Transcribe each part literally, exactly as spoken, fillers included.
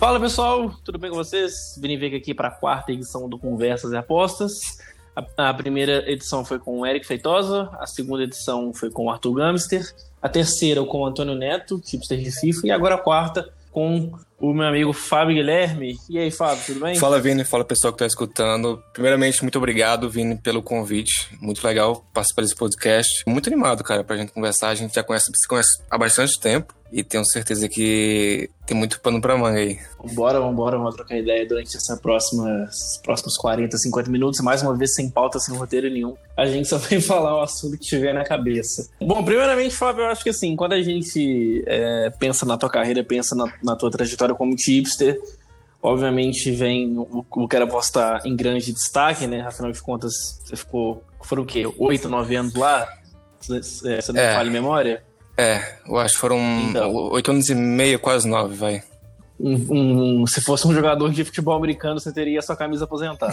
Fala pessoal, tudo bem com vocês? Vini Veiga aqui para a quarta edição do Conversas e Apostas. A, a primeira edição foi com o Eric Feitosa, a segunda edição foi com o Arthur Gamster, a terceira com o Antônio Neto, tipster de FIFA, e agora a quarta com o meu amigo Fábio Guilherme. E aí, Fábio, tudo bem? Fala, Vini, fala pessoal que está escutando. Primeiramente, muito obrigado, Vini, pelo convite. Muito legal participar desse podcast. Muito animado, cara, pra gente conversar. A gente já conhece, se conhece há bastante tempo e tenho certeza que tem muito pano pra manga aí. Vambora, vambora, vamos trocar ideia durante essa próxima, esses próximos quarenta, cinquenta minutos. Mais uma vez, sem pauta, sem roteiro nenhum. A gente só vai falar o assunto que tiver na cabeça. Bom, primeiramente, Fábio, eu acho que assim, quando a gente é, pensa na tua carreira, pensa na, na tua trajetória como tipster, obviamente vem o, o Quero Apostar em grande destaque, né? Afinal de contas, você ficou, foram o quê? Oito, nove anos lá? Você não é, falha em memória? É, eu acho que foram então, oito anos e meio, quase nove, vai. Um, um, se fosse um jogador de futebol americano, você teria a sua camisa aposentada.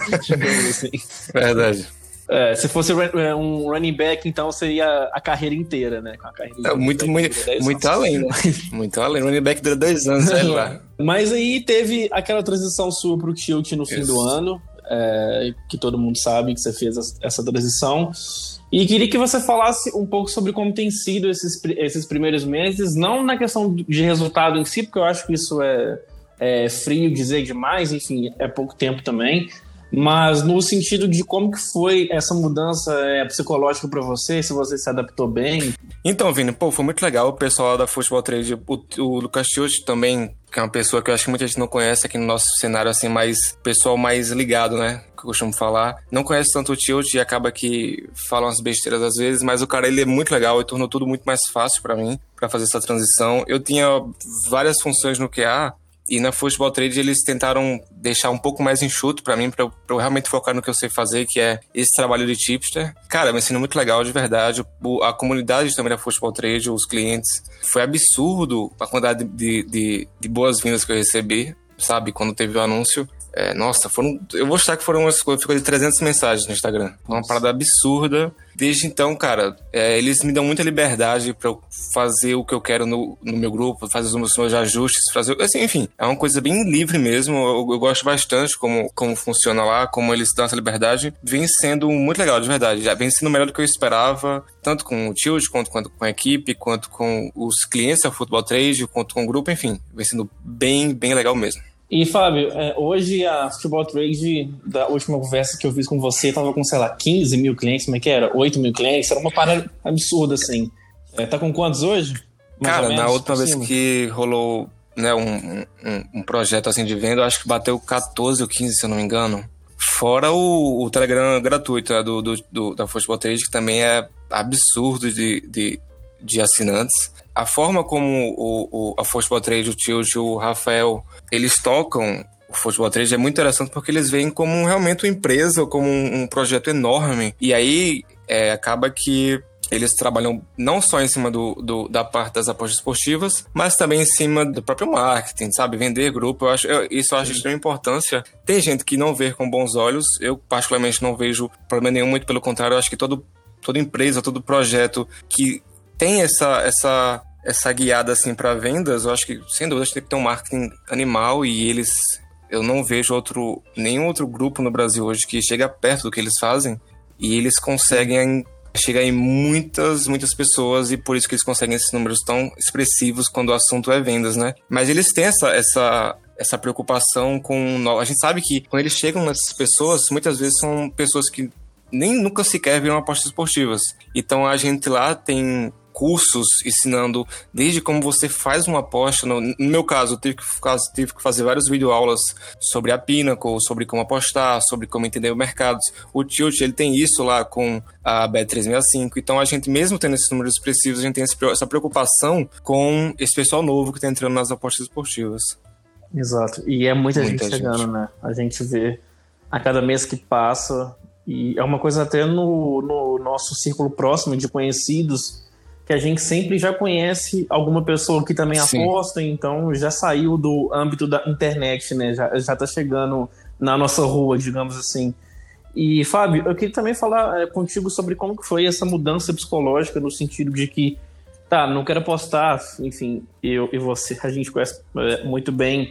assim. Verdade. É, se fosse um running back, então seria a carreira inteira, né? Com a carreira é, muito, muito, muito além, né? Muito além. Running back dura dois anos, sei lá. Mas aí teve aquela transição sua pro tilt no fim Isso. do ano, é, que todo mundo sabe que você fez essa transição. E queria que você falasse um pouco sobre como tem sido esses, esses primeiros meses, não na questão de resultado em si, porque eu acho que isso é, é frio dizer demais, enfim, é pouco tempo também, mas no sentido de como que foi essa mudança é, psicológica para você, se você se adaptou bem. Então, Vini, pô, foi muito legal o pessoal da Futebol Trade, o, o Lucas Tilt também, que é uma pessoa que eu acho que muita gente não conhece aqui no nosso cenário, assim, mais pessoal mais ligado, né, que eu costumo falar. Não conhece tanto o Tilt e acaba que falam umas besteiras às vezes, mas o cara, ele é muito legal e tornou tudo muito mais fácil pra mim, pra fazer essa transição. Eu tinha várias funções no Q A, e na Futebol Trade eles tentaram deixar um pouco mais enxuto pra mim, pra eu, pra eu realmente focar no que eu sei fazer, que é esse trabalho de tipster. Cara, me ensinou muito legal, de verdade. O, a comunidade também da Futebol Trade, os clientes, foi absurdo a quantidade de, de, de boas-vindas que eu recebi, sabe? Quando teve o anúncio. É, nossa, foram, eu vou achar que foram umas coisas, ficou de trezentas mensagens no Instagram. Uma parada absurda. Desde então, cara, é, eles me dão muita liberdade pra eu fazer o que eu quero no, no meu grupo, fazer os meus, meus ajustes, fazer, assim, enfim, é uma coisa bem livre mesmo. Eu, eu gosto bastante como, como funciona lá, como eles dão essa liberdade. Vem sendo muito legal, de verdade. Já vem sendo melhor do que eu esperava, tanto com o Tilt, quanto, quanto com a equipe, quanto com os clientes da Futebol Trade, quanto com o grupo, enfim. Vem sendo bem, bem legal mesmo. E, Fábio, é, hoje a Futebol Trade, da última conversa que eu fiz com você, tava com, sei lá, quinze mil clientes, como é que era? oito mil clientes, era uma parada absurda, assim. É, tá com quantos hoje? Mais Cara, na última vez que rolou, né, um, um, um projeto assim de venda, eu acho que bateu catorze ou quinze, se eu não me engano. Fora o, o Telegram gratuito, né, do, do, do, da Futebol Trade, que também é absurdo de, de, de assinantes. A forma como o, o, a Futebol Trade, o Tilt, o Rafael, eles tocam o Futebol Trade é muito interessante porque eles veem como realmente uma empresa, como um, um projeto enorme. E aí é, acaba que eles trabalham não só em cima do, do, da parte das apostas esportivas, mas também em cima do próprio marketing, sabe? Vender grupo, eu acho, eu, isso eu acho de extrema importância. Tem gente que não vê com bons olhos, eu particularmente não vejo problema nenhum, muito pelo contrário, eu acho que todo, toda empresa, todo projeto que tem essa... essa essa guiada assim para vendas, eu acho que sem dúvida tem que ter um marketing animal e eles, eu não vejo outro, nenhum outro grupo no Brasil hoje que chega perto do que eles fazem e eles conseguem chegar em muitas, muitas pessoas e por isso que eles conseguem esses números tão expressivos quando o assunto é vendas, né? Mas eles têm essa, essa, essa preocupação com... A gente sabe que quando eles chegam nessas pessoas, muitas vezes são pessoas que nem nunca sequer viram apostas esportivas. Então a gente lá tem cursos ensinando desde como você faz uma aposta. No, no meu caso, eu tive que, tive que fazer várias videoaulas sobre a Pinnacle, sobre como apostar, sobre como entender o mercado. O Tilt, ele tem isso lá com a Bet trezentos e sessenta e cinco. Então, a gente, mesmo tendo esses números expressivos, a gente tem essa preocupação com esse pessoal novo que está entrando nas apostas esportivas. Exato. E é muita, muita gente, gente chegando, né? A gente vê a cada mês que passa, e é uma coisa até no, no nosso círculo próximo de conhecidos, que a gente sempre já conhece alguma pessoa que também Sim. aposta, então já saiu do âmbito da internet, né? Já, já tá chegando na nossa rua, digamos assim. E, Fábio, eu queria também falar é, contigo sobre como que foi essa mudança psicológica, no sentido de que, tá, não quero apostar, enfim, eu e você, a gente conhece é, muito bem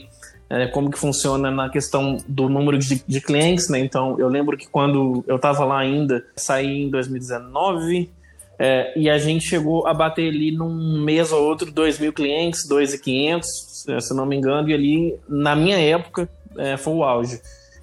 é, como que funciona na questão do número de, de clientes, né? Então, eu lembro que quando eu estava lá ainda, saí em dois mil e dezenove, é, e a gente chegou a bater ali num mês ou outro dois mil clientes, dois mil e quinhentos, se não me engano, e ali, na minha época, é, foi o auge.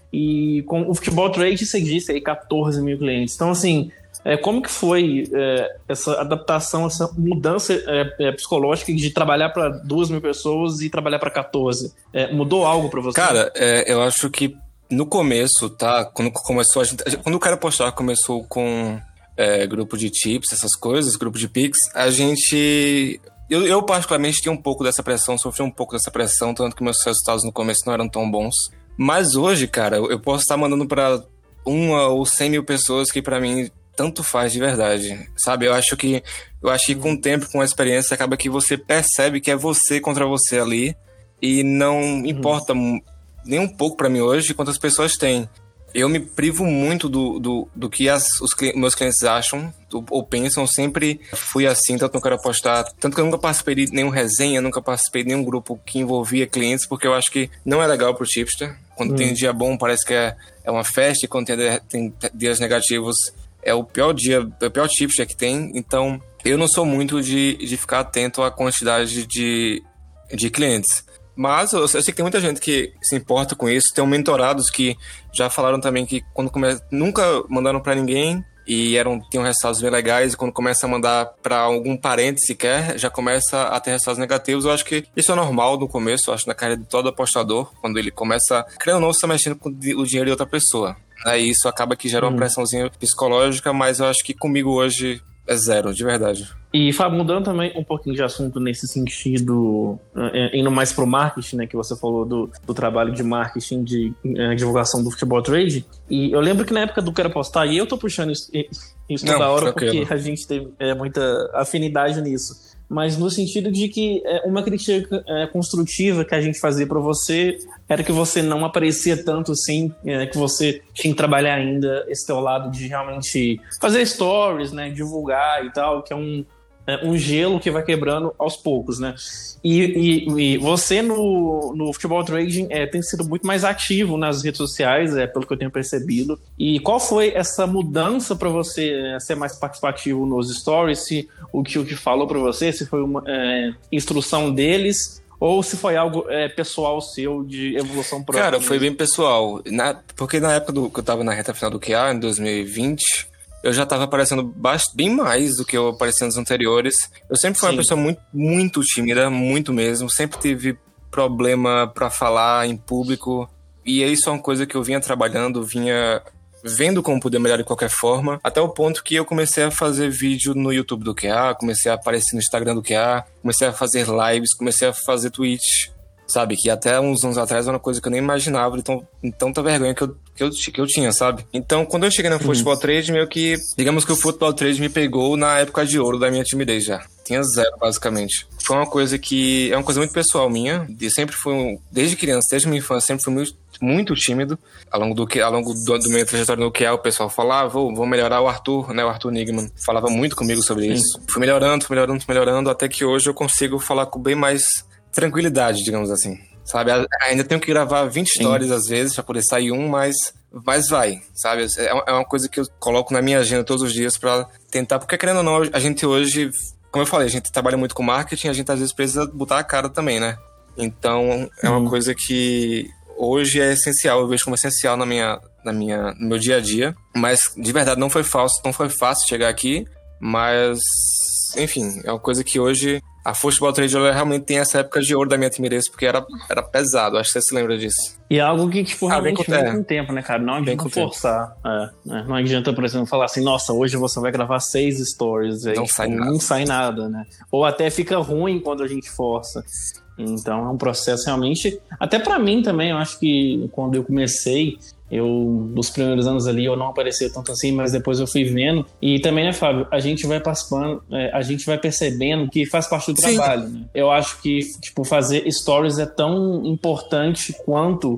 E com o Futebol Trade, você disse aí, catorze mil clientes. Então, assim, é, como que foi é, essa adaptação, essa mudança é, é, psicológica de trabalhar para duas mil pessoas e trabalhar para catorze? É, mudou algo para você? Cara, é, eu acho que no começo, tá? Quando começou, a gente, quando o Quero Apostar começou com é, grupo de tips, essas coisas, grupo de Pix, a gente... Eu, eu particularmente tinha um pouco dessa pressão, sofri um pouco dessa pressão, tanto que meus resultados no começo não eram tão bons. Mas hoje, cara, eu posso estar mandando para uma ou cem mil pessoas que para mim tanto faz de verdade, sabe? Eu acho que eu acho que com o tempo, com a experiência, acaba que você percebe que é você contra você ali e não uhum. importa nem um pouco para mim hoje quantas pessoas têm. Eu me privo muito do, do, do que as, os meus clientes acham do, ou pensam. Eu sempre fui assim, tanto que eu quero apostar. Tanto que eu nunca participei de nenhum resenha, nunca participei de nenhum grupo que envolvia clientes, porque eu acho que não é legal pro tipster. Quando hum. tem dia bom, parece que é, é uma festa, e quando tem, tem dias negativos, é o pior dia, é o pior tipster que tem. Então, eu não sou muito de, de ficar atento à quantidade de, de clientes. Mas eu, eu sei que tem muita gente que se importa com isso. Tem mentorados que já falaram também que quando come... nunca mandaram pra ninguém e eram, tinham resultados bem legais, e quando começa a mandar pra algum parente sequer, já começa a ter resultados negativos. Eu acho que isso é normal no começo, eu acho, na carreira de todo apostador, quando ele começa, querendo ou não, você mexendo com o dinheiro de outra pessoa. Aí isso acaba que gera uma hum. pressãozinha psicológica, mas eu acho que comigo hoje é zero, de verdade. E, Fábio, mudando também um pouquinho de assunto nesse sentido, é, indo mais pro marketing, né, que você falou do, do trabalho de marketing, de é, divulgação do Futebol Trade, e eu lembro que na época do Quero Apostar, e eu tô puxando isso, isso toda hora porque a gente tem é, muita afinidade nisso, mas no sentido de que é, uma crítica é, construtiva que a gente fazia para você era que você não aparecia tanto assim, é, que você tinha que trabalhar ainda esse teu lado de realmente fazer stories, né, divulgar e tal, que é um, é, um gelo que vai quebrando aos poucos, né? E, e, e você no, no Futebol Trading é, tem sido muito mais ativo nas redes sociais, é, pelo que eu tenho percebido. E qual foi essa mudança para você é, ser mais participativo nos stories? Se o que o que falou para você, se foi uma é, instrução deles, ou se foi algo é, pessoal seu, de evolução própria? Cara, foi bem pessoal. Na, porque na época do, que eu tava na reta final do Q A, em dois mil e vinte, eu já tava aparecendo bem mais do que eu aparecia nos anteriores. Eu sempre fui Sim. uma pessoa muito, muito tímida, muito mesmo. Sempre tive problema pra falar em público. E isso é uma coisa que eu vinha trabalhando, vinha vendo como poder melhorar de qualquer forma, até o ponto que eu comecei a fazer vídeo no YouTube do Q A, comecei a aparecer no Instagram do Q A, comecei a fazer lives, comecei a fazer Twitch, sabe? Que até uns anos atrás era uma coisa que eu nem imaginava, então, então tanta vergonha que eu, que, eu, que eu tinha, sabe? Então, quando eu cheguei no Futebol Trade, meio que, digamos que o Futebol Trade me pegou na época de ouro da minha timidez já. Tinha zero, basicamente. Foi uma coisa que... É uma coisa muito pessoal minha. Eu sempre fui... Um, desde criança, desde minha infância, sempre fui muito, muito tímido. Ao longo do, ao longo do, do meu trajetório no Q A, o pessoal falava, ah, vou, vou melhorar o Arthur, né? O Arthur Nigman. Falava muito comigo sobre Sim. isso. Fui melhorando, fui melhorando, fui melhorando, até que hoje eu consigo falar com bem mais tranquilidade, digamos assim. Sabe? Ainda tenho que gravar vinte Sim. stories às vezes pra poder sair um, mas... Mas vai, sabe? É uma coisa que eu coloco na minha agenda todos os dias pra tentar... Porque, querendo ou não, a gente hoje... Como eu falei, a gente trabalha muito com marketing, a gente às vezes precisa botar a cara também, né? Então, é uma uhum. coisa que hoje é essencial, eu vejo como essencial na minha, na minha, no meu dia a dia. Mas, de verdade, não foi fácil, não foi fácil chegar aqui, mas, enfim, é uma coisa que hoje a Futebol Trade realmente tem essa época de ouro da minha timidez, porque era, era pesado, acho que você se lembra disso. E é algo que, tipo, realmente ah, vem com o tempo, né, cara? Não adianta forçar. É, né? Não adianta, por exemplo, falar assim, nossa, hoje você vai gravar seis stories. Aí, não tipo, sai nada. Não sai nada, né? Ou até fica ruim quando a gente força. Então é um processo realmente... Até pra mim também, eu acho que quando eu comecei... Eu, nos primeiros anos ali, eu não aparecia tanto assim, mas depois eu fui vendo. E também, né, Fábio, a gente vai participando, é, a gente vai percebendo que faz parte do Sim. trabalho, né? Eu acho que, tipo, fazer stories é tão importante quanto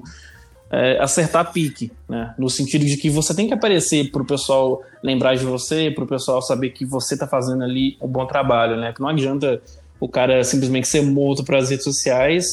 é, acertar pique, né? No sentido de que você tem que aparecer pro pessoal lembrar de você, pro pessoal saber que você tá fazendo ali um bom trabalho, né? Que não adianta o cara simplesmente ser morto pras redes sociais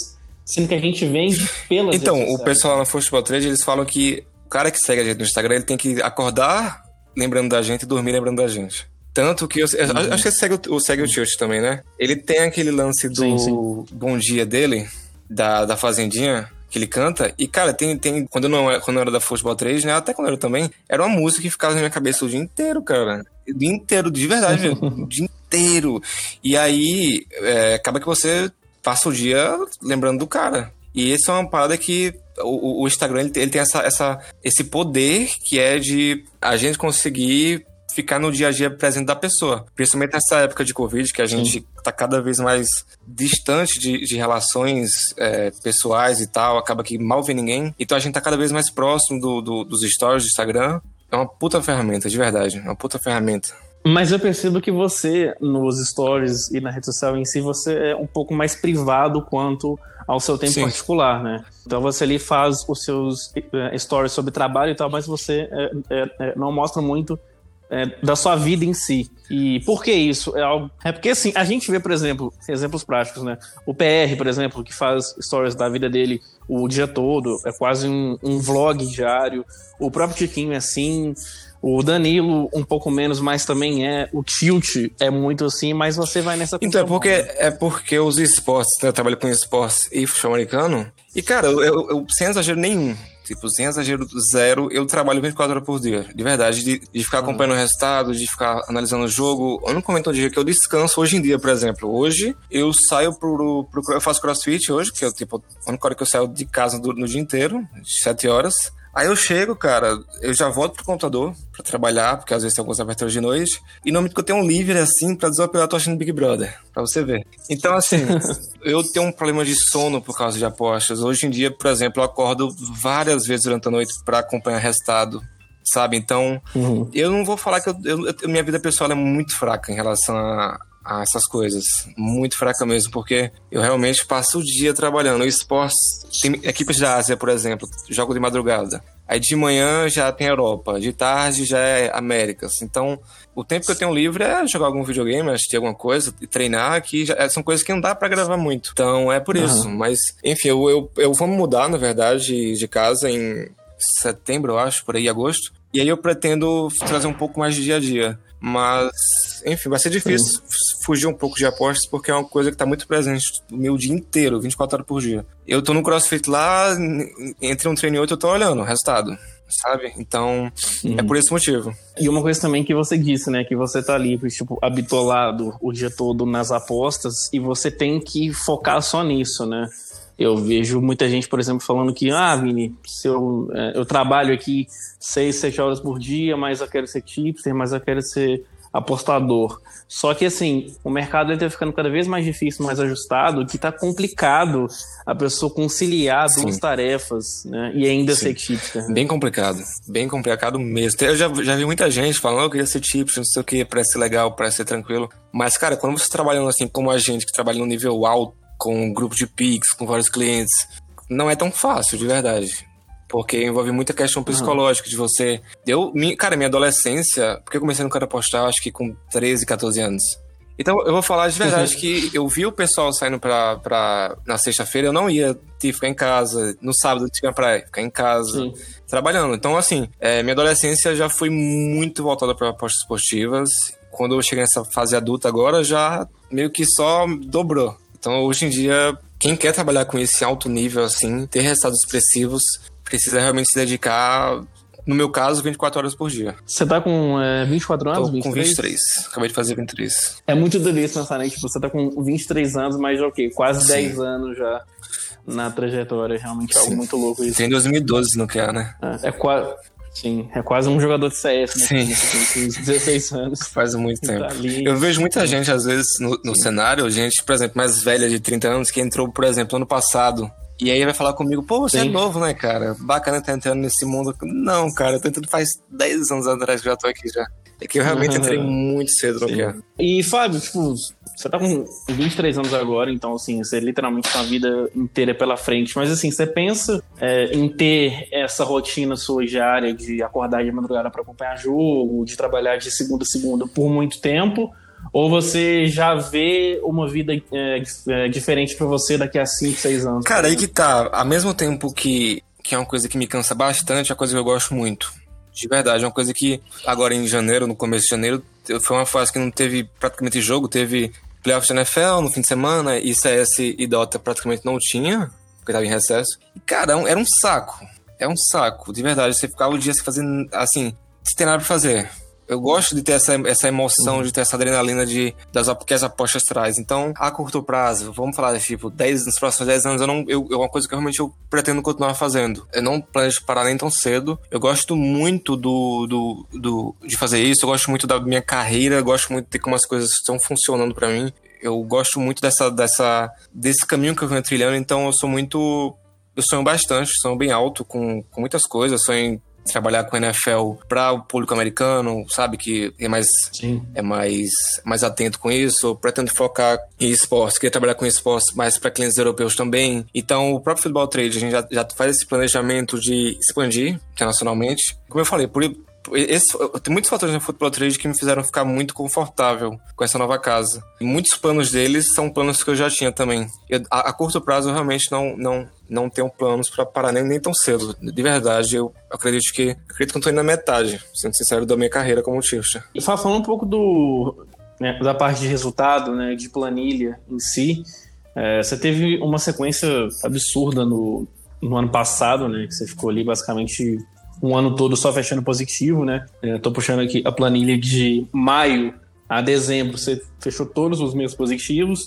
sendo que a gente vende pelas Então, redes o sociais. pessoal na Futebol Trade, eles falam que o cara que segue a gente no Instagram, ele tem que acordar lembrando da gente e dormir lembrando da gente. Tanto que, eu, eu uhum. acho que segue o, segue o Tilt também, né? Ele tem aquele lance do sim, sim. Bom Dia dele, da, da Fazendinha, que ele canta. E, cara, tem, tem quando, eu não, quando eu era da Futebol três, né? Até quando eu era também, era uma música que ficava na minha cabeça o dia inteiro, cara. O dia inteiro, de verdade, o dia inteiro. E aí, é, acaba que você passa o dia lembrando do cara. E essa é uma parada que o, o Instagram, ele, ele tem essa, essa, esse poder que é de a gente conseguir ficar no dia a dia presente da pessoa. Principalmente nessa época de Covid, que a gente Sim. tá cada vez mais distante de, de relações é, pessoais e tal, acaba que mal vê ninguém. Então a gente tá cada vez mais próximo do, do, dos stories do Instagram. É uma puta ferramenta, de verdade. É uma puta ferramenta. Mas eu percebo que você, nos stories e na rede social em si, você é um pouco mais privado quanto ao seu tempo Sim. particular, né? Então você ali faz os seus uh, stories sobre trabalho e tal, mas você é, é, é, não mostra muito É, da sua vida em si. E por que isso? É, algo... é porque, assim, a gente vê, por exemplo, exemplos práticos, né? O P R, por exemplo, que faz stories da vida dele o dia todo, é quase um, um vlog diário. O próprio Tiquinho é assim. O Danilo, um pouco menos, mas também é. O Tilt é muito assim, mas você vai nessa... Então, é porque, é porque os esportes, né? Eu trabalho com esportes e futebol americano. E, cara, eu, eu, eu sem exagero nenhum, tipo, sem exagero zero, eu trabalho vinte e quatro horas por dia. De verdade, de, de ficar acompanhando uhum. o resultado, de ficar analisando o jogo. Eu não comento o dia que eu descanso hoje em dia, por exemplo. Hoje, eu saio pro... pro eu faço crossfit hoje, que é tipo, a única hora que eu saio de casa no, no dia inteiro, sete horas. Aí eu chego, cara, eu já volto pro computador pra trabalhar, porque às vezes tem alguns aberturas de noite. E no momento que eu tenho um livre, assim, pra desopilar, eu tô assistindo Big Brother, pra você ver. Então, assim, eu tenho um problema de sono por causa de apostas. Hoje em dia, por exemplo, eu acordo várias vezes durante a noite pra acompanhar resultado, sabe? Então, uhum. eu não vou falar que eu, eu, minha vida pessoal é muito fraca em relação a... a essas coisas, muito fraca mesmo, porque eu realmente passo o dia trabalhando. O esporte, tem equipes da Ásia, por exemplo, jogo de madrugada. Aí de manhã já tem Europa, de tarde já é Américas. Então, o tempo que eu tenho livre é jogar algum videogame, assistir alguma coisa, treinar, que já, são coisas que não dá pra gravar muito. Então, é por isso. Uhum. Mas, enfim, eu, eu, eu vou mudar, na verdade, de casa em setembro, eu acho, por aí, agosto. E aí eu pretendo trazer um pouco mais de dia a dia. Mas, enfim, vai ser difícil Sim. fugir um pouco de apostas, porque é uma coisa que tá muito presente no meu dia inteiro, vinte e quatro horas por dia. Eu tô no CrossFit lá, entre um treino e outro eu tô olhando o resultado, sabe? Então, uhum. é por esse motivo. E uma coisa também que você disse, né, que você tá ali, tipo, habitolado o dia todo nas apostas, e você tem que focar só nisso, né? Eu vejo muita gente, por exemplo, falando que, ah, Vini, se eu, é, eu trabalho aqui seis, sete horas por dia, mas eu quero ser tipster, mas eu quero ser apostador. Só que, assim, o mercado está ficando cada vez mais difícil, mais ajustado, que tá complicado a pessoa conciliar Sim. duas tarefas, né, e ainda Sim. ser tipster. Né? Bem complicado, bem complicado mesmo. Eu já, já vi muita gente falando, oh, eu queria ser tipster, não sei o que, parece ser legal, parece ser tranquilo. Mas, cara, quando você tá trabalhando assim, como a gente, que trabalha no nível alto, com um grupo de Pix, com vários clientes, não é tão fácil, de verdade. Porque envolve muita questão psicológica de você... Eu, cara, minha adolescência... Porque eu comecei no cara apostar, acho que com treze, catorze anos. Então, eu vou falar de verdade que eu vi o pessoal saindo pra, pra, na sexta-feira, eu não ia ter, ficar em casa. No sábado, eu tinha pra ficar em casa, Sim. trabalhando. Então, assim, é, minha adolescência já foi muito voltada para apostas esportivas. Quando eu cheguei nessa fase adulta agora, já meio que só dobrou. Então, hoje em dia, quem quer trabalhar com esse alto nível, assim, ter resultados expressivos, precisa realmente se dedicar, no meu caso, vinte e quatro horas por dia. Você tá com é, vinte e quatro anos? Tô vinte e três? Com vinte e três. Acabei de fazer vinte e três. É muito delícia pensar, né? Tipo, você tá com vinte e três anos, mas já o quê? Quase Sim. dez anos já na trajetória. Realmente é algo Sim. muito louco isso. Tem dois mil e doze no que é, né? É, é quase... Sim, é quase um jogador de C S, né? Sim. Tem dezesseis anos. Faz muito tempo. Tá eu vejo muita gente, às vezes, no, no cenário, gente, por exemplo, mais velha de trinta anos, que entrou, por exemplo, ano passado. E aí vai falar comigo, pô, você Sim. é novo, né, cara? Bacana tá entrando nesse mundo. Não, cara, eu tô entrando faz dez anos atrás que já tô aqui já. É que eu realmente entrei muito cedo no que é. E, Fábio, tipo, você tá com vinte e três anos agora, então, assim, você literalmente tem uma vida inteira pela frente. Mas, assim, você pensa é, em ter essa rotina sua diária de acordar de madrugada pra acompanhar jogo, de trabalhar de segunda a segunda por muito tempo? Ou você já vê uma vida é, é, diferente pra você daqui a cinco, seis anos? Cara, aí que tá. Ao mesmo tempo que, que é uma coisa que me cansa bastante, é uma coisa que eu gosto muito. De verdade, é uma coisa que agora em janeiro, no começo de janeiro, foi uma fase que não teve praticamente jogo, teve playoffs de N F L no fim de semana, e C S e Dota praticamente não tinha, porque tava em recesso. E, cara, era um saco. É um saco, de verdade. Você ficava o dia se fazendo, assim, sem ter nada pra fazer. Eu gosto de ter essa, essa emoção, uhum. de ter essa adrenalina de, das, que as apostas traz. Então, a curto prazo, vamos falar, tipo, dez, nos próximos dez anos, eu não, eu, é uma coisa que realmente eu pretendo continuar fazendo. Eu não planejo parar nem tão cedo. Eu gosto muito do, do, do, de fazer isso, eu gosto muito da minha carreira, eu gosto muito de como as coisas estão funcionando pra mim. Eu gosto muito dessa, dessa, desse caminho que eu venho trilhando, então eu sou muito... Eu sonho bastante, sonho bem alto com, com muitas coisas, sonho em trabalhar com N F L para o público americano, sabe, que é mais, é mais, mais atento com isso. Eu pretendo focar em esportes, queria trabalhar com esportes mais para clientes europeus também. Então, o próprio Football Trade, a gente já, já faz esse planejamento de expandir internacionalmente. Como eu falei, por esse, tem muitos fatores no Football Trade que me fizeram ficar muito confortável com essa nova casa. E muitos planos deles são planos que eu já tinha também. Eu, a, a curto prazo, eu realmente não, não, não tenho planos para parar nem, nem tão cedo. De verdade, eu acredito que acredito que eu tô indo na metade, sendo sincero, da minha carreira como teacher. E falando um pouco do, né, da parte de resultado, né, de planilha em si, é, você teve uma sequência absurda no, no ano passado, né, que você ficou ali basicamente um ano todo só fechando positivo, né? Eu tô puxando aqui a planilha de maio a dezembro, você fechou todos os meses positivos.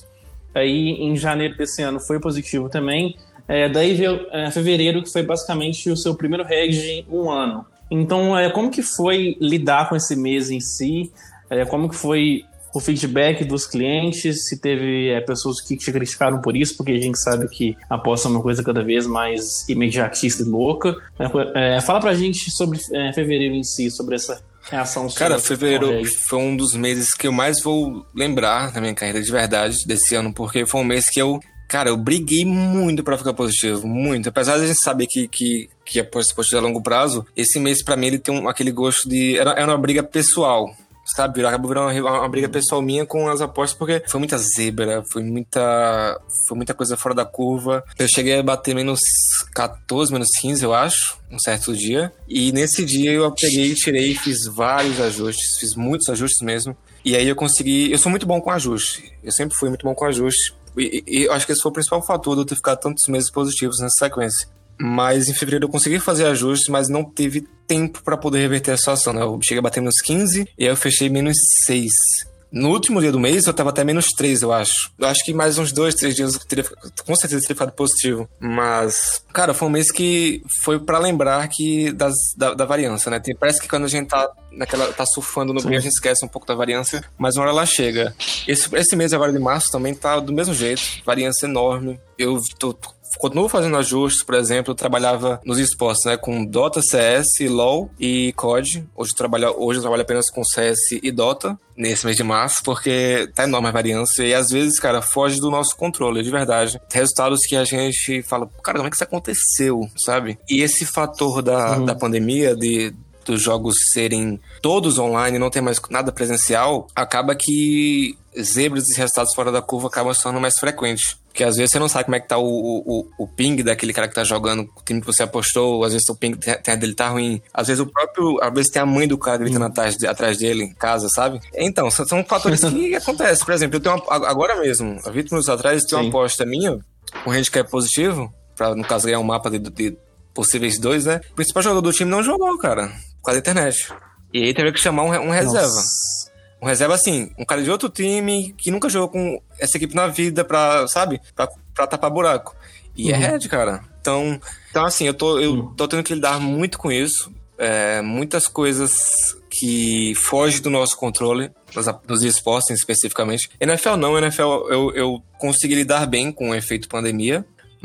Aí em janeiro desse ano foi positivo também. É, daí veio é, fevereiro, que foi basicamente o seu primeiro reg em um ano. Então, é, como que foi lidar com esse mês em si? É, como que foi o feedback dos clientes? Se teve é, pessoas que te criticaram por isso, porque a gente sabe que a aposta é uma coisa cada vez mais imediatista e louca. É, fala pra gente sobre é, fevereiro em si, sobre essa reação. Cara, fevereiro foi um dos meses que eu mais vou lembrar na minha carreira de verdade desse ano, porque foi um mês que eu, cara, eu briguei muito pra ficar positivo, muito. Apesar de a gente saber que, que, que é positivo a longo prazo, esse mês pra mim ele tem um, aquele gosto de... Era, era uma briga pessoal, sabe? Acabou virando uma, uma briga pessoal minha com as apostas, porque foi muita zebra, foi muita, foi muita coisa fora da curva. Eu cheguei a bater menos catorze, menos quinze, eu acho, um certo dia. E nesse dia eu peguei, tirei, fiz vários ajustes, fiz muitos ajustes mesmo. E aí eu consegui... Eu sou muito bom com ajuste. Eu sempre fui muito bom com ajuste. E, e eu acho que esse foi o principal fator de eu ter ficado tantos meses positivos nessa sequência. Mas em fevereiro eu consegui fazer ajustes, mas não teve tempo pra poder reverter a situação, né? Eu cheguei a bater menos quinze e aí eu fechei menos seis. No último dia do mês eu tava até menos três, eu acho. Eu acho que mais uns dois, três dias eu teria, com certeza teria ficado positivo. Mas, cara, foi um mês que foi pra lembrar que das, da, da variância, né? Tem, parece que quando a gente tá, naquela, tá surfando no meio, a gente esquece um pouco da variância, mas uma hora ela chega. Esse, esse mês agora de março também tá do mesmo jeito, variância enorme. Eu tô... tô continuo fazendo ajustes, por exemplo, eu trabalhava nos esportes, né, com Dota, C S, LoL e C O D. Hoje eu trabalho, hoje eu trabalho apenas com C S e Dota, nesse mês de março, porque tá enorme a variância e às vezes, cara, foge do nosso controle, de verdade. Resultados que a gente fala, cara, como é que isso aconteceu, sabe? E esse fator da, uhum. da pandemia, de... dos jogos serem todos online, não tem mais nada presencial, acaba que zebras e resultados fora da curva acabam se tornando mais frequentes. Porque às vezes você não sabe como é que tá o, o, o ping daquele cara que tá jogando, o time que você apostou, às vezes o ping dele tá ruim. Às vezes o próprio, às vezes tem a mãe do cara gritando hum. atrás, atrás dele em casa, sabe? Então, são, são fatores que acontecem. Por exemplo, eu tenho uma, agora mesmo, há vinte minutos atrás, eu tenho uma aposta minha, um handicap positivo, pra no caso ganhar um mapa de, de possíveis dois, né? O principal jogador do time não jogou, cara, por causa da internet. E aí teve que chamar um, um reserva. Nossa. Um reserva, assim, um cara de outro time que nunca jogou com essa equipe na vida pra, sabe? Pra, pra tapar buraco. E uhum. é head, cara. Então, então assim, eu, tô, eu uhum. tô tendo que lidar muito com isso. É, muitas coisas que fogem do nosso controle, nos, nos esportes especificamente. N F L não, N F L eu, eu consegui lidar bem com o efeito pandemia,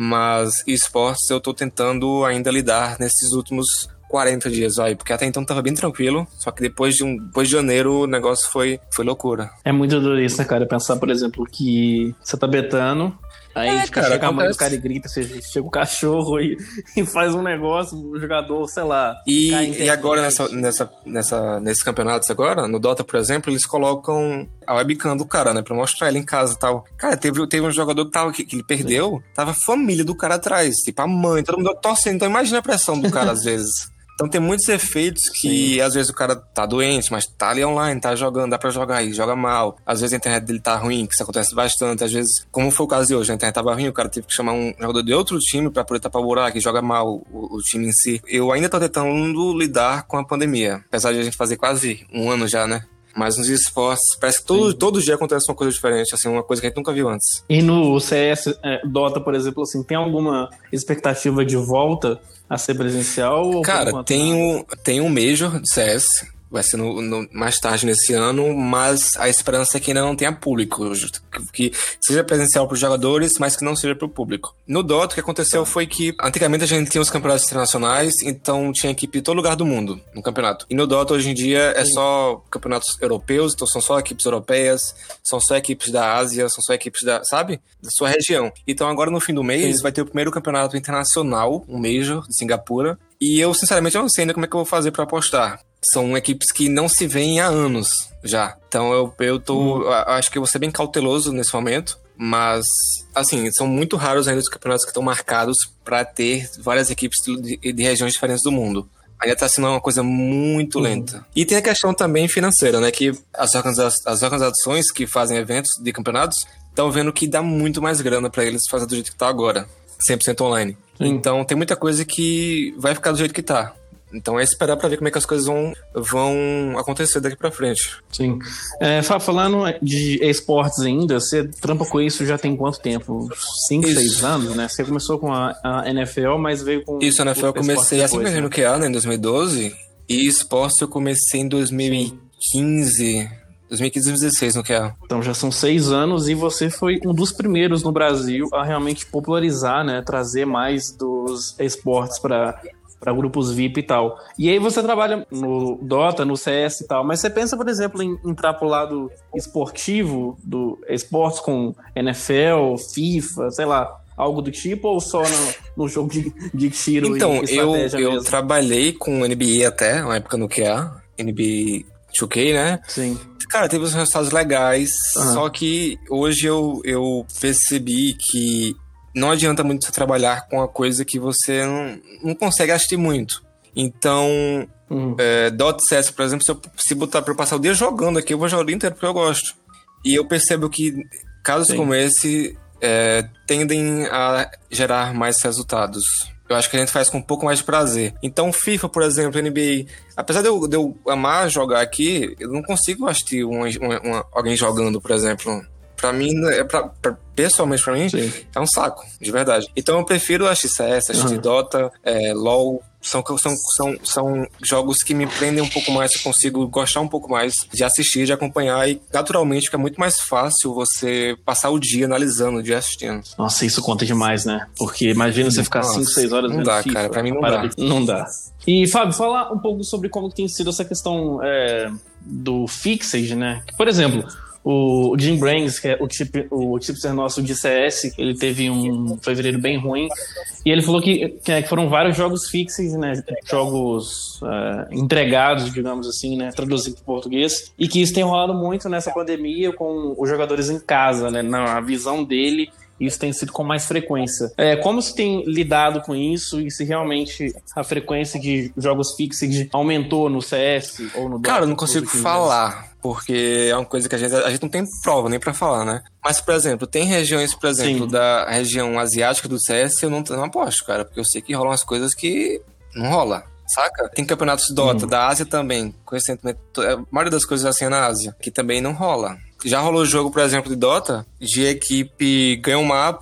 mas esportes eu tô tentando ainda lidar nesses últimos quarenta dias, vai, porque até então tava bem tranquilo, só que depois de, um, depois de janeiro o negócio foi, foi loucura. É muito duro isso, né, cara? Pensar, por exemplo, que você tá betando Aí é, tipo, cara, chega a mãe do cara e grita, você chega o cachorro e, e faz um negócio, o jogador, sei lá. E, e agora, nessa, nessa, nessa, nesses campeonatos agora, no Dota, por exemplo, eles colocam a webcam do cara, né? Pra mostrar ele em casa e tal. Cara, teve, teve um jogador que, tava, que, que ele perdeu, tava a família do cara atrás, tipo a mãe, todo mundo torcendo. Então imagina a pressão do cara às vezes. Então tem muitos efeitos que, Sim. às vezes o cara tá doente, mas tá ali online, tá jogando, dá pra jogar aí, joga mal. Às vezes a internet dele tá ruim, que isso acontece bastante. Às vezes, como foi o caso de hoje, a internet tava ruim, o cara teve que chamar um jogador de outro time pra poder tapar o buraco, que joga mal o, o time em si. Eu ainda tô tentando lidar com a pandemia, apesar de a gente fazer quase um ano já, né? Mas nos esportes, parece que todo, todo dia acontece uma coisa diferente, assim, uma coisa que a gente nunca viu antes. E no C S, é, Dota, por exemplo, assim, tem alguma expectativa de volta a ser presencial? Cara, tem um, tem um Major de C S, vai ser no, no, mais tarde nesse ano, mas a esperança é que ainda não tenha público, que, que seja presencial para os jogadores, mas que não seja para o público. No Dota, o que aconteceu foi que antigamente a gente tinha os campeonatos internacionais, então tinha equipe de todo lugar do mundo no campeonato. E no Dota, hoje em dia, é Sim. só campeonatos europeus, então são só equipes europeias, são só equipes da Ásia, são só equipes da, sabe? Da sua região. Então agora no fim do mês Sim. vai ter o primeiro campeonato internacional, um Major de Singapura, e eu sinceramente não sei ainda como é que eu vou fazer para apostar. São equipes que não se veem há anos já. Então eu, eu tô. Hum. Acho que eu vou ser bem cauteloso nesse momento. Mas, assim, são muito raros ainda os campeonatos que estão marcados para ter várias equipes de, de regiões diferentes do mundo. Ainda tá sendo uma coisa muito uhum. lenta. E tem a questão também financeira, né? Que as, organiza- as organizações que fazem eventos de campeonatos estão vendo que dá muito mais grana para eles fazer do jeito que tá agora. cem por cento online. Sim. Então tem muita coisa que vai ficar do jeito que tá. Então é esperar pra ver como é que as coisas vão, vão acontecer daqui pra frente. Sim. É, falando de esportes ainda, você trampa com isso já tem quanto tempo? cinco, seis anos, né? Você começou com a, a N F L, mas veio com... Isso, a N F L eu comecei assim mesmo no Q A, né, em dois mil e doze. E esportes eu comecei em dois mil e quinze... dois mil e quinze, dois mil e dezesseis no Q A. Então já são seis anos e você foi um dos primeiros no Brasil a realmente popularizar, né? Trazer mais dos esportes para para grupos V I P e tal. E aí você trabalha no Dota, no C S e tal, mas você pensa, por exemplo, em entrar pro lado esportivo do esportes com N F L, FIFA, sei lá, algo do tipo, ou só no, no jogo de, de tiro então, e estratégia Então, eu, mesmo? eu trabalhei com N B A até, uma época no Q A, N B A dois K, né? Sim. Cara, teve uns resultados legais, uhum. só que hoje eu, eu percebi que não adianta muito você trabalhar com uma coisa que você não, não consegue assistir muito. Então, uhum. é, Dota C S, por exemplo, se eu se botar pra eu passar o dia jogando aqui, eu vou jogar o dia inteiro porque eu gosto. E eu percebo que casos Sim. como esse é, tendem a gerar mais resultados. Eu acho que a gente faz com um pouco mais de prazer. Então, FIFA, por exemplo, N B A... Apesar de eu, de eu amar jogar aqui, eu não consigo assistir uma, uma, uma, alguém jogando, por exemplo. Pra mim, é pra, pra, pessoalmente pra mim, Sim. é um saco, de verdade. Então eu prefiro assistir C S, assistir uhum. Dota, é, LoL. São, são, são, são jogos que me prendem um pouco mais, eu consigo gostar um pouco mais de assistir, de acompanhar. E naturalmente fica muito mais fácil você passar o dia analisando, o dia assistindo. Nossa, isso conta demais, né? Porque imagina você ficar cinco, seis horas vendo FIFA. Não dá, cara, pra mim não dá. Não dá. E, Fábio, fala um pouco sobre como tem sido essa questão é, do Fixed, né? Por exemplo... O Jim Brains, que é o, tip, o tipster nosso de C S, ele teve um fevereiro bem ruim, e ele falou que, que foram vários jogos fixos, né, jogos uh, entregados, digamos assim, né, traduzido para português, e que isso tem rolado muito nessa pandemia com os jogadores em casa, né, na visão dele. Isso tem sido com mais frequência. É, como você tem lidado com isso e se realmente a frequência de jogos fixed aumentou no C S ou no Dota? Cara, eu não consigo falar, porque é uma coisa que a gente, a gente não tem prova nem pra falar, né? Mas, por exemplo, tem regiões, por exemplo, Sim. da região asiática do C S, eu não, não aposto, cara, porque eu sei que rolam umas coisas que não rola. Saca? Tem campeonatos Dota, hum. da Ásia também. Recentemente, a maioria das coisas assim é na Ásia, que também não rola. Já rolou jogo, por exemplo, de Dota, de equipe ganha um mapa,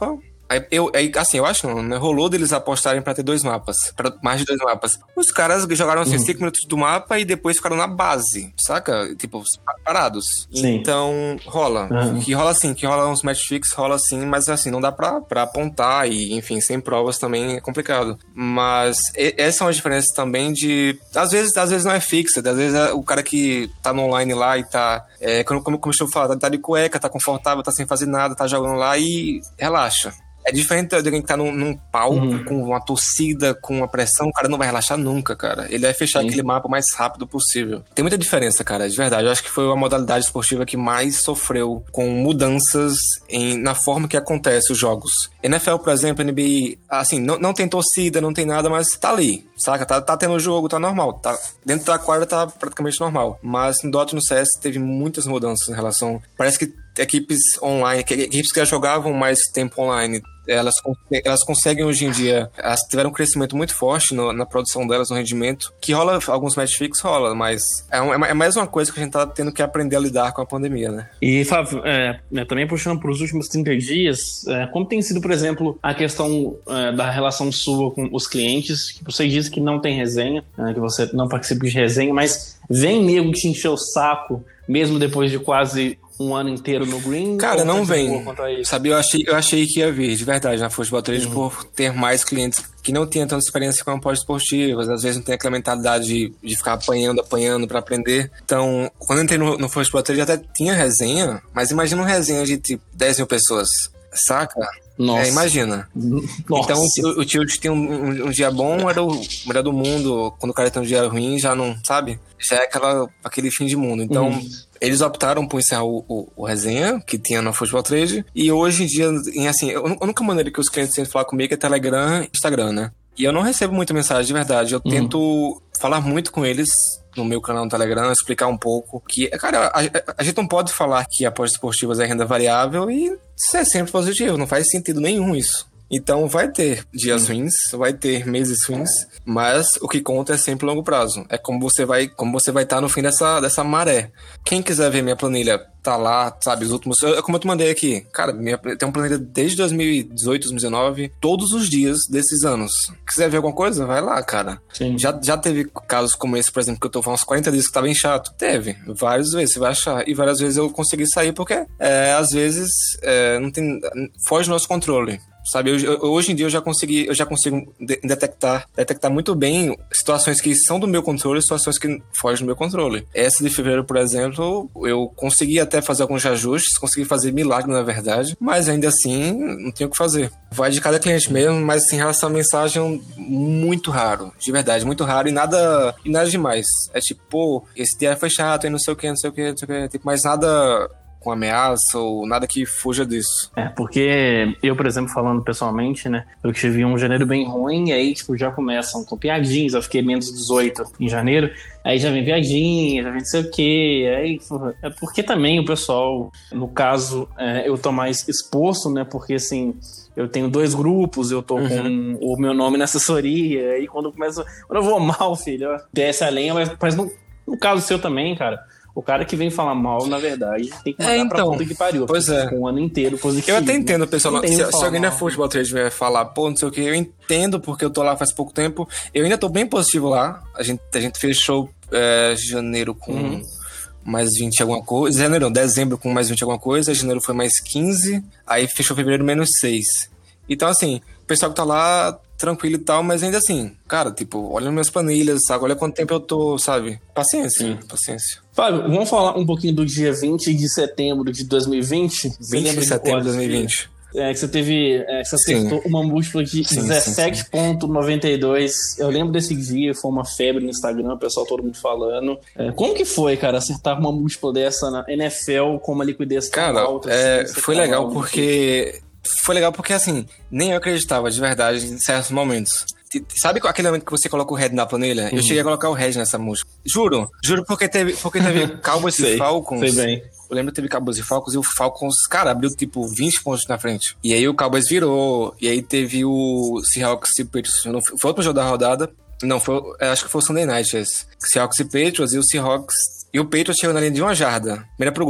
Aí, eu, aí, assim, eu acho não, né? Rolou deles apostarem pra ter dois mapas, pra mais de dois mapas. Os caras jogaram assim, uhum. cinco minutos do mapa e depois ficaram na base, saca? Tipo, parados. Sim. Então, rola. Uhum. Que rola assim, que rola uns match fix, rola assim, mas assim, não dá pra, pra apontar e, enfim, sem provas também é complicado. Mas e, essas são as diferenças também de... Às vezes, às vezes não é fixa, às vezes é o cara que tá no online lá e tá... É, como, como, como eu estou falando, tá de cueca, tá confortável, tá sem fazer nada, tá jogando lá e relaxa. É diferente de alguém que tá num, num palco, uhum. com uma torcida, com uma pressão, o cara não vai relaxar nunca, cara. Ele vai fechar Sim. aquele mapa o mais rápido possível. Tem muita diferença, cara, de verdade. Eu acho que foi a modalidade esportiva que mais sofreu com mudanças em, na forma que acontece os jogos. N F L, por exemplo, N B A, assim, não, não tem torcida, não tem nada, mas tá ali, saca? Tá, tá tendo jogo, tá normal. Tá, dentro da quadra tá praticamente normal. Mas no Dota e no C S teve muitas mudanças em relação... Parece que equipes online, equipes que já jogavam mais tempo online, elas, elas conseguem hoje em dia, elas tiveram um crescimento muito forte no, na produção delas, no rendimento, que rola, alguns match fix rola, mas é, um, é mais uma coisa que a gente tá tendo que aprender a lidar com a pandemia, né? E, Fábio, é, né, também puxando para os últimos trinta dias, é, como tem sido, por exemplo, a questão é, da relação sua com os clientes, que você diz que não tem resenha, né, que você não participa de resenha, mas vem nego que te encheu o saco, mesmo depois de quase um ano inteiro no Green? Cara, não vem. Sabe, eu achei, eu achei que ia vir, de verdade, na Futebol três, uhum. por ter mais clientes que não tinham tanta experiência com apostas esportivas, às vezes não tem aquela mentalidade de, de ficar apanhando, apanhando pra aprender. Então, quando eu entrei no, no Futebol três, já até tinha resenha, mas imagina uma resenha de tipo dez mil pessoas, saca? Nossa. É, imagina. Nossa. Então, o, o tio que tem um, um, um dia bom era o melhor do mundo. Quando o cara tem um dia ruim, já não, sabe? Já é aquela, aquele fim de mundo. Então, uhum. eles optaram por encerrar o, o, o resenha que tinha no Futebol Trade. E hoje em dia, em, assim, a única maneira que os clientes têm de falar comigo é Telegram e Instagram, né? E eu não recebo muita mensagem, de verdade. Eu uhum. tento falar muito com eles no meu canal no Telegram, explicar um pouco que, cara, a, a, a gente não pode falar que apostas esportivas é renda variável e isso é sempre positivo, não faz sentido nenhum isso. Então vai ter dias ruins, vai ter meses ruins, mas o que conta é sempre longo prazo. É como você vai como você vai estar no fim dessa, dessa maré. Quem quiser ver minha planilha, tá lá, sabe, os últimos... Eu, como eu te mandei aqui, cara, minha, tem uma planilha desde dois mil e dezoito, dois mil e dezenove, todos os dias desses anos. Quiser ver alguma coisa, vai lá, cara. Sim. Já, já teve casos como esse, por exemplo, que eu tô falando uns quarenta dias que tá bem chato. Teve, várias vezes, você vai achar. E várias vezes eu consegui sair porque, é, às vezes, é, não tem... foge do nosso controle. Sabe, eu, eu, hoje em dia eu já consegui, eu já consigo de, detectar, detectar muito bem situações que são do meu controle e situações que fogem do meu controle. Essa de fevereiro, por exemplo, eu consegui até fazer alguns ajustes, consegui fazer milagre, na verdade, mas ainda assim, não tenho o que fazer. Vai de cada cliente mesmo, mas assim, em relação à mensagem, muito raro, de verdade, muito raro e nada, e nada demais. É tipo, pô, esse dia foi chato e não sei o que, não sei o que, não sei o que, tipo, mas nada... com ameaça ou nada que fuja disso. É, porque eu, por exemplo, falando pessoalmente, né, eu tive um janeiro bem ruim, e aí, tipo, já começam com piadinhas, eu fiquei menos dezoito em janeiro, aí já vem piadinha, já vem não sei o quê, aí, é porque também o pessoal, no caso, é, eu tô mais exposto, né, porque, assim, eu tenho dois grupos, eu tô uhum. com o meu nome na assessoria, aí quando eu começo, quando eu vou mal, filho, desce a lenha, mas, mas no, no caso seu também, cara, o cara que vem falar mal, na verdade, tem que mandar é, então, pra puta que pariu. Pois é. Um ano inteiro positivo. Eu até entendo, pessoal. Se, se alguém da Futebol três vier falar, pô, não sei o que, eu entendo porque eu tô lá faz pouco tempo. Eu ainda tô bem positivo lá. A gente, a gente fechou é, janeiro com uhum. mais vinte alguma coisa. Janeiro não, dezembro com mais vinte alguma coisa. Janeiro foi mais quinze. Aí fechou fevereiro menos seis. Então, assim, o pessoal que tá lá... tranquilo e tal, mas ainda assim, cara, tipo, olha minhas planilhas, sabe? Olha quanto tempo eu tô, sabe? Paciência, Sim. paciência. Fábio, vamos falar um pouquinho do dia vinte de setembro de dois mil e vinte? vinte de setembro de dois mil e vinte. É, que você teve, é, que você acertou uma múltipla de dezessete vírgula noventa e dois. Eu lembro desse dia, foi uma febre no Instagram, o pessoal todo mundo falando. É, como que foi, cara, acertar uma múltipla dessa na N F L com uma liquidez tão cara, alta? É, assim, foi legal alto, porque... Foi legal porque, assim, nem eu acreditava, de verdade, em certos momentos. Sabe aquele momento que você coloca o head na planilha? Uhum. Eu cheguei a colocar o head nessa música. Juro. Juro porque teve, porque teve Cowboys sei, e Falcons. Sei bem. Eu lembro que teve Cowboys e Falcons e o Falcons, cara, abriu tipo vinte pontos na frente. E aí o Cowboys virou. E aí teve o Seahawks e Patriots. Foi outro jogo da rodada. Não, foi, acho que foi o Sunday Night esse. Seahawks e Patriots e o Seahawks. E o Patriots chegou na linha de uma jarda. Mira pro gol.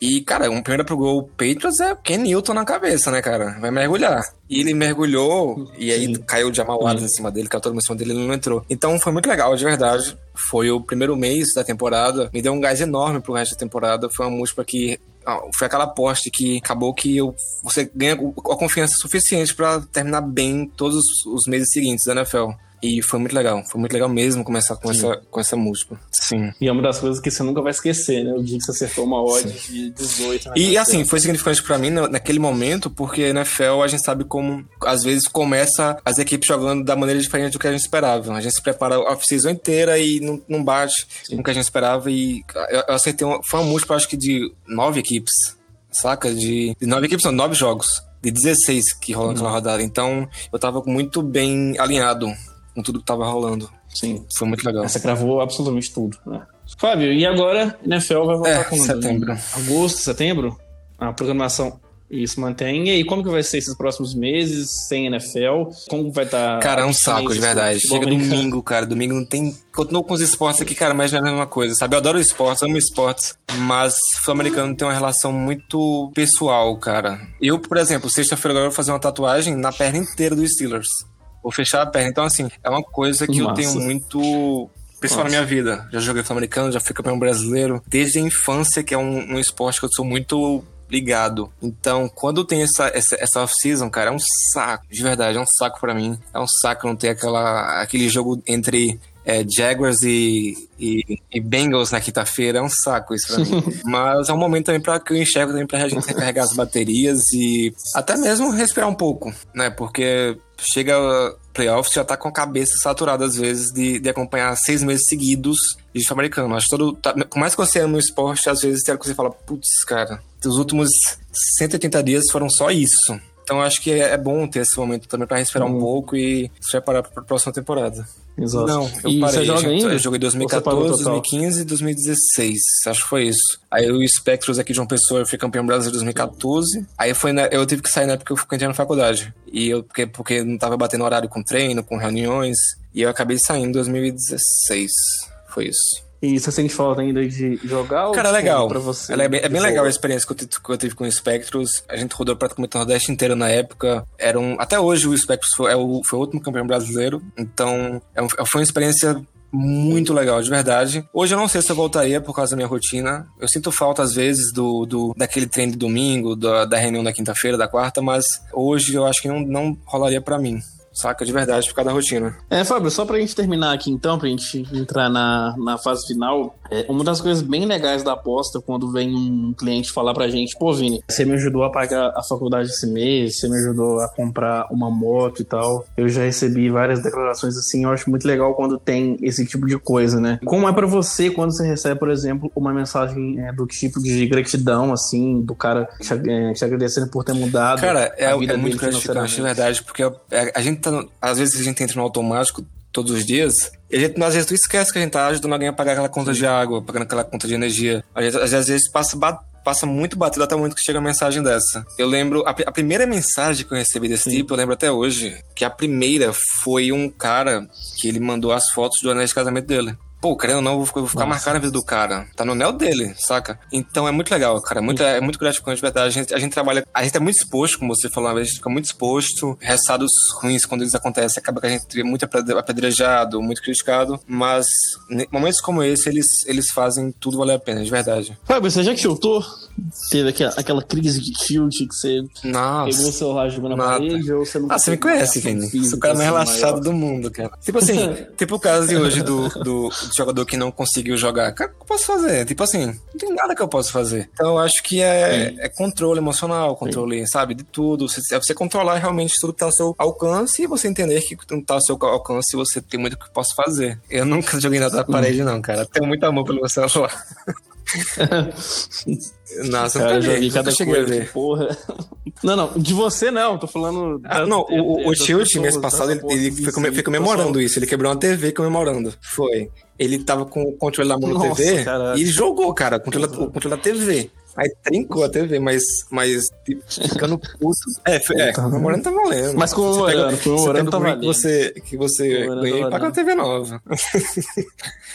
E, cara, um primeiro pro gol, o Patriots é Ken Newton na cabeça, né, cara? Vai mergulhar. E ele mergulhou, e aí Sim. caiu o Jamal Adams em cima dele, caiu todo mundo em cima dele, ele não entrou. Então foi muito legal, de verdade. Foi o primeiro mês da temporada, me deu um gás enorme pro resto da temporada. Foi uma múltipla que... Foi aquela aposta que acabou que eu, você ganha a confiança suficiente pra terminar bem todos os meses seguintes da N F L. E foi muito legal, foi muito legal mesmo começar com, essa, com essa múltipla. Sim. E é uma das coisas que você nunca vai esquecer, né? O dia que você acertou uma odd Sim. de dezoito. Né? E assim, foi significante pra mim naquele momento, porque na N F L a gente sabe como, às vezes, começa as equipes jogando da maneira diferente do que a gente esperava. A gente se prepara a off-season inteira e não, não bate Sim. com o que a gente esperava. E eu, eu acertei, uma, foi uma múltipla, acho que de nove equipes, saca? De, de nove equipes, não, nove jogos. De dezesseis que rolam naquela hum. rodada. Então, eu tava muito bem alinhado com tudo que tava rolando. Sim. Foi muito legal. Você cravou absolutamente tudo, né? Fábio, e agora N F L vai voltar é, quando? setembro. Agosto, setembro? A programação isso mantém. E aí, como que vai ser esses próximos meses sem N F L? Como vai estar... Tá cara, é um saco, de verdade. Chega domingo, cara. Domingo não tem... Continuo com os esportes aqui, cara, mas não é a mesma coisa, sabe? Eu adoro esportes, amo esportes, mas o sul-americano tem uma relação muito pessoal, cara. Eu, por exemplo, sexta-feira agora eu vou fazer uma tatuagem na perna inteira do Steelers. Vou fechar a perna. Então, assim, é uma coisa que Nossa. eu tenho muito pessoal Nossa. na minha vida. Já joguei sul-americano, já fui campeão brasileiro. Desde a infância, que é um, um esporte que eu sou muito ligado. Então, quando tem essa, essa, essa off-season, cara, é um saco. De verdade, é um saco pra mim. É um saco não ter aquela, aquele jogo entre... É, Jaguars e, e, e Bengals na quinta-feira, é um saco isso pra mim. Mas é um momento também pra que eu enxergo também pra gente recarregar as baterias e até mesmo respirar um pouco, né? Porque chega playoffs, já tá com a cabeça saturada às vezes de, de acompanhar seis meses seguidos de futebol americano. Acho que todo, tá, por mais que você ama o esporte, às vezes tem hora que você fala, putz, cara, os últimos cento e oitenta dias foram só isso. Então acho que é, é bom ter esse momento também pra respirar hum. um pouco e se preparar pra próxima temporada. Exato. Não, eu e parei. Você joga gente, ainda? Eu joguei dois mil e quatorze, dois mil e quinze e dois mil e dezesseis. Acho que foi isso. Aí o Spectros aqui de João Pessoa, eu fui campeão brasileiro em dois mil e quatorze. Aí foi na, eu tive que sair na época que eu entrei na faculdade. E eu, porque, porque não tava batendo horário com treino, com reuniões. E eu acabei saindo em dois mil e dezesseis. Foi isso. E você sente falta ainda de jogar? Cara, é legal. Pra você, é bem, é bem legal a experiência que eu, tive, que eu tive com o Spectros. A gente rodou praticamente o Nordeste inteiro na época. Era um, até hoje o Spectros foi, é o, foi o último campeão brasileiro. Então, é um, foi uma experiência muito legal, de verdade. Hoje eu não sei se eu voltaria por causa da minha rotina. Eu sinto falta, às vezes, do, do, daquele treino de domingo, da, da reunião da quinta-feira, da quarta, mas hoje eu acho que não, não rolaria pra mim. Saca? De verdade, por causa da rotina. É, Fábio, só pra gente terminar aqui então, pra gente entrar na, na fase final, é, uma das coisas bem legais da aposta, quando vem um cliente falar pra gente, pô, Vini, você me ajudou a pagar a faculdade esse mês, você me ajudou a comprar uma moto e tal. Eu já recebi várias declarações assim, eu acho muito legal quando tem esse tipo de coisa, né? Como é pra você quando você recebe, por exemplo, uma mensagem é, do tipo de gratidão, assim, do cara te, é, te agradecendo por ter mudado cara, é, a vida é muito dele gratificante, de verdade, porque a, a gente tá, às vezes a gente entra no automático todos os dias, e a gente, às vezes tu esquece que a gente tá ajudando alguém a pagar aquela conta de água, pagando aquela conta de energia. Às vezes, às vezes passa, passa muito batido até o momento que chega a mensagem dessa. Eu lembro, a, a primeira mensagem que eu recebi desse Sim. tipo, eu lembro até hoje, que a primeira foi um cara que ele mandou as fotos do anel de casamento dele. Pô, querendo ou não, eu vou ficar marcado na vida do cara. Tá no anel dele, saca? Então é muito legal, cara. É muito, é muito gratificante, de verdade. A gente, a gente trabalha... A gente é muito exposto, como você falou uma vez. A gente fica muito exposto. Resultados ruins, quando eles acontecem, acaba que a gente é muito apedrejado, muito criticado. Mas momentos como esse, eles, eles fazem tudo valer a pena, de verdade. Fábio, você já que tiltou? Teve aquela, aquela crise de tilt que você Nossa, pegou o celular jogou na nada. parede ou você não... Ah, você me conhece, Vini. Sou o cara mais relaxado maior. do mundo, cara. Tipo assim, tipo o caso de hoje do... do jogador que não conseguiu jogar. Cara, o que eu posso fazer? Tipo assim, não tem nada que eu possa fazer. Então eu acho que é, é controle emocional, controle, Sim. sabe, de tudo. Você, é você controlar realmente tudo que tá ao seu alcance e você entender que não tá ao seu alcance e você tem muito que posso fazer. Eu nunca joguei nada na parede, não, cara. Tenho muito amor pelo meu celular. Nossa, cara, eu já vi cada coisa, a ver. Porra. Não, não, de você não, tô falando... Da, ah, não, o, o Tilt, mês passado, ele, ele foi, come, foi comemorando isso, ele quebrou uma T V comemorando, foi. Ele tava com o controle na mão da T V caralho. e ele jogou, cara, o controle, o controle da T V. Aí trincou a T V, mas, mas tipo, ficando puto. É, é comemorando tá valendo. Mas comemorando, comemorando tá valendo. Que você, que você ganhou e paga uma T V nova.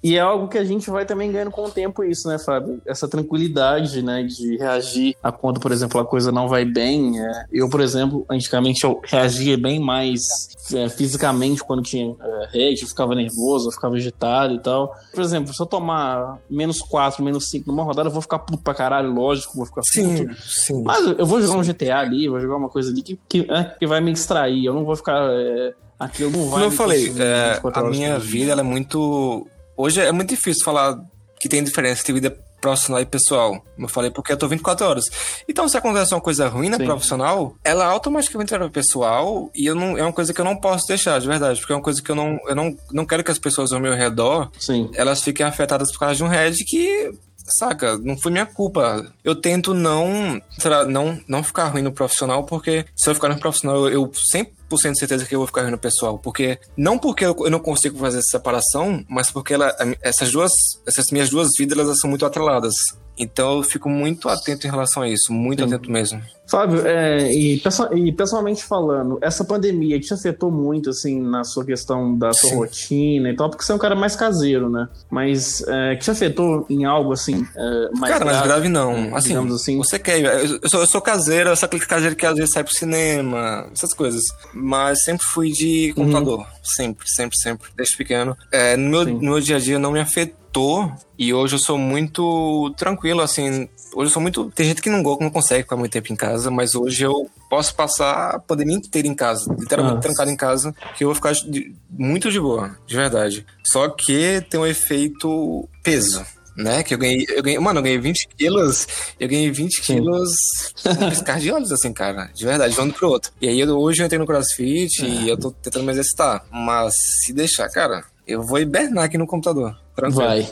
E é algo que a gente vai também ganhando com o tempo isso, né, Fábio? Essa tranquilidade, né, de reagir a quando, por exemplo, a coisa não vai bem. É, eu, por exemplo, antigamente eu reagia bem mais é, fisicamente quando tinha é, rede, eu ficava nervoso, eu ficava agitado e tal. Por exemplo, se eu tomar menos quatro, menos cinco numa rodada, eu vou ficar puto pra caralho, lógico, vou ficar puto. Sim, sim. Mas eu vou jogar um G T A ali, vou jogar uma coisa ali que, que, é, que vai me distrair, eu não vou ficar... É, aquilo não vai Como eu falei, é, a minha vida, vida ela é muito... Hoje é muito difícil falar que tem diferença entre vida profissional e pessoal. Como eu falei, porque eu tô vinte e quatro horas. Então, se acontece uma coisa ruim na Sim. profissional, ela automaticamente vai pro pessoal e eu não, é uma coisa que eu não posso deixar, de verdade. Porque é uma coisa que eu não, eu não, não quero que as pessoas ao meu redor, Sim. elas fiquem afetadas por causa de um head que... Saca? Não foi minha culpa. Eu tento não, será, não, não ficar ruim no profissional, porque se eu ficar no profissional, eu, eu cem por cento de certeza que eu vou ficar ruim no pessoal. Porque, não porque eu, eu não consigo fazer essa separação, mas porque ela, essas duas, essas minhas duas vidas, elas são muito atreladas. Então eu fico muito atento em relação a isso, muito Sim. atento mesmo. Fábio, é, e, e pessoalmente falando, essa pandemia te afetou muito, assim, na sua questão da sua Sim. rotina e tal, porque você é um cara mais caseiro, né? Mas é, te afetou em algo, assim, é, mais Cara, grave? mais grave não. Assim, assim, você quer... Eu sou, eu sou caseiro, eu sou aquele caseiro que às vezes sai pro cinema, essas coisas. Mas sempre fui de computador. Uhum. Sempre, sempre, sempre, desde pequeno. É, no, meu, no meu dia a dia não me afetou, e hoje eu sou muito tranquilo, assim... Hoje eu sou muito... Tem gente que não, não consegue ficar muito tempo em casa, mas hoje eu posso passar a pandemia inteira em casa, literalmente ah. trancado em casa, que eu vou ficar de, muito de boa, de verdade. Só que tem um efeito peso, né? Que eu ganhei... Eu ganhei mano, eu ganhei vinte quilos, eu ganhei vinte quilos com piscar de olhos, assim, cara. De verdade, de um ano pro outro. E aí eu, hoje eu entrei no CrossFit ah. e eu tô tentando me exercitar. Mas se deixar, cara, eu vou hibernar aqui no computador. Tranquilo. Vai.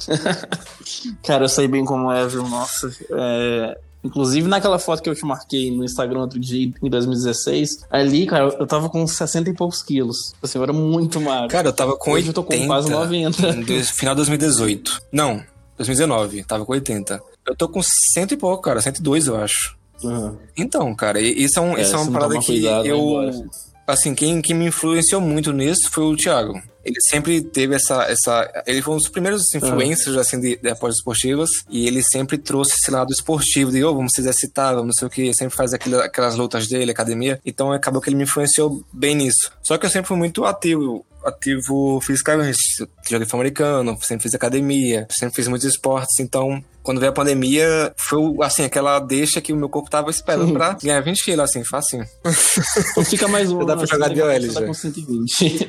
Cara, eu sei bem como é, viu? Nossa, é... inclusive naquela foto que eu te marquei no Instagram outro dia, em dois mil e dezesseis, ali, cara, eu tava com sessenta e poucos quilos. Assim, eu era muito magro. Cara, eu tava com Hoje oitenta. Eu tô com quase noventa. Em final de dois mil e dezoito. Não, dois mil e dezenove. Tava com oitenta. Eu tô com cento e pouco, cara. cento e dois, eu acho. Uhum. Então, cara, isso é, um, é, isso é uma parada que cuidado, eu... Assim, quem, quem me influenciou muito nisso foi o Thiago. Ele sempre teve essa... essa ele foi um dos primeiros influencers, uhum. assim, de, de apostas esportivas. E ele sempre trouxe esse lado esportivo. De, oh, vamos se exercitar, vamos não sei o que. Sempre faz aquele, aquelas lutas dele, academia. Então, acabou que ele me influenciou bem nisso. Só que eu sempre fui muito ativo. Ativo fisicamente. Joguei futebol americano, sempre fiz academia. Sempre fiz muitos esportes. Então, quando veio a pandemia, foi, assim, aquela deixa que o meu corpo tava esperando uhum. pra ganhar vinte quilos, assim, facinho. Então fica mais um. Já dá pra jogar de O L, já. Tá com cento e vinte.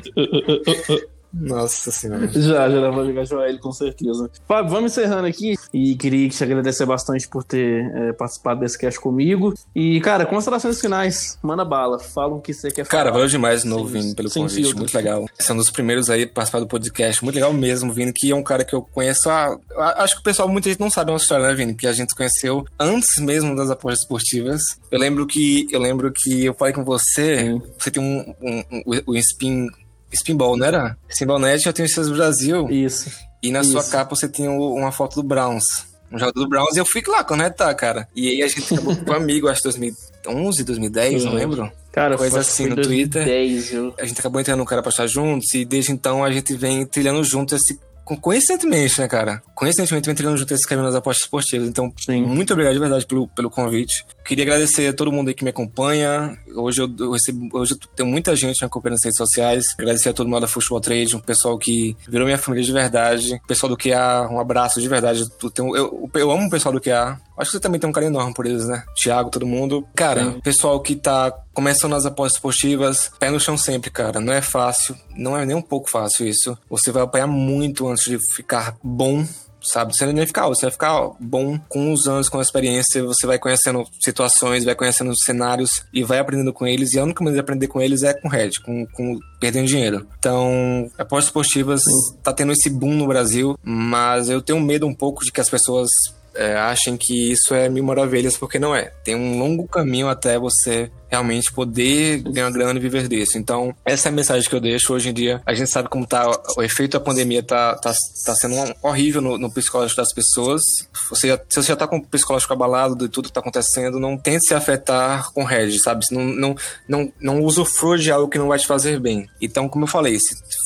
Nossa senhora. Já, já dá pra jogar de O L, com certeza. Fábio, vamos encerrando aqui. E queria te agradecer bastante por ter é, participado desse cast comigo. E, cara, considerações finais. Manda bala. Fala o que você quer falar. Cara, valeu demais de novo, Vini, pelo convite. Filtro. Muito legal. Esse é um dos primeiros aí a participar do podcast. Muito legal mesmo, Vini, que é um cara que eu conheço há... Acho que o pessoal, muita gente não sabe a nossa história, né, Vini? Que a gente conheceu antes mesmo das apostas esportivas. Eu lembro que eu lembro que eu falei com você, Sim. você tem um, um, um, um spin... Spinball, não era? Spinballnet, eu tenho esses do Brasil. Isso. E na Isso. sua capa você tem uma foto do Browns. Um jogador do Browns. E eu fico lá, quando é tá, cara. E aí a gente acabou com um amigo, acho que dois mil e onze, dois mil e dez, uhum. não lembro. Cara, coisa assim no dois mil e dez, Twitter. Viu? A gente acabou entrando no cara pra estar juntos. E desde então a gente vem trilhando juntos esse... Coincidentemente, né, cara? Coincidentemente, vem treinando junto esse caminho nas apostas esportivas. Então, Sim. muito obrigado de verdade pelo, pelo convite. Queria agradecer a todo mundo aí que me acompanha. Hoje eu, eu recebo, hoje eu tenho muita gente me acompanhando nas redes sociais. Agradecer a todo mundo da Futebol Trade, um pessoal que virou minha família de verdade. O pessoal do Q A, um abraço de verdade. Eu, tenho, eu, eu amo o pessoal do Q A. Acho que você também tem um carinho enorme por eles, né? Thiago, todo mundo. Cara, Sim. pessoal que tá começando as apostas esportivas, pé no chão sempre, cara. Não é fácil, não é nem um pouco fácil isso. Você vai apanhar muito antes de ficar bom, sabe? Você não vai ficar, você vai ficar bom com os anos, com a experiência. Você vai conhecendo situações, vai conhecendo cenários e vai aprendendo com eles. E a única maneira de aprender com eles é com head, com, com perdendo dinheiro. Então, apostas esportivas Sim. tá tendo esse boom no Brasil, mas eu tenho medo um pouco de que as pessoas É, achem que isso é mil maravilhas, porque não é. Tem um longo caminho até você realmente poder ganhar grana e viver disso. Então, essa é a mensagem que eu deixo. Hoje em dia, a gente sabe como tá, o efeito da pandemia tá, tá, tá sendo horrível no, no psicológico das pessoas. Você já, se você já tá com o psicológico abalado de tudo que tá acontecendo, não tente se afetar com hedge, sabe? Não, não, não, não usufrua de algo que não vai te fazer bem. Então, como eu falei, se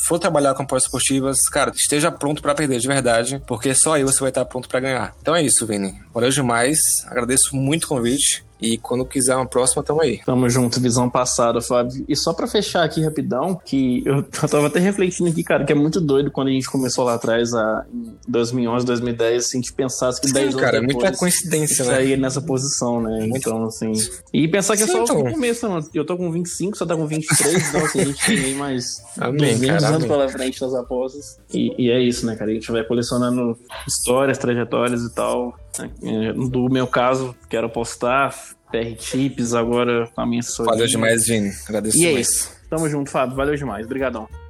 for trabalhar com apostas esportivas, cara, esteja pronto pra perder de verdade, porque só aí você vai estar pronto pra ganhar. Então é isso, Vini. Valeu demais. Agradeço muito o convite. E quando quiser uma próxima, tamo aí. Tamo junto, visão passada, Fábio. E só pra fechar aqui rapidão, que eu, eu tava até refletindo aqui, cara, que é muito doido quando a gente começou lá atrás, a, em dois mil e onze, dois mil e dez, assim, a gente pensasse que dez anos cara, depois... muita coincidência, né? Sair nessa posição, né? Então, assim... E pensar que é só o começo, mano. Eu tô com vinte e cinco, você tá com vinte e três, então, assim, a gente tem aí mais duzentos anos pela frente das apostas. E, e é isso, né, cara? A gente vai colecionando histórias, trajetórias e tal. Do meu caso, quero apostar... P R Tips, agora a minha assessoria. Valeu demais, Vini. Agradeço e demais. E é isso. Tamo junto, Fábio. Valeu demais. Obrigadão.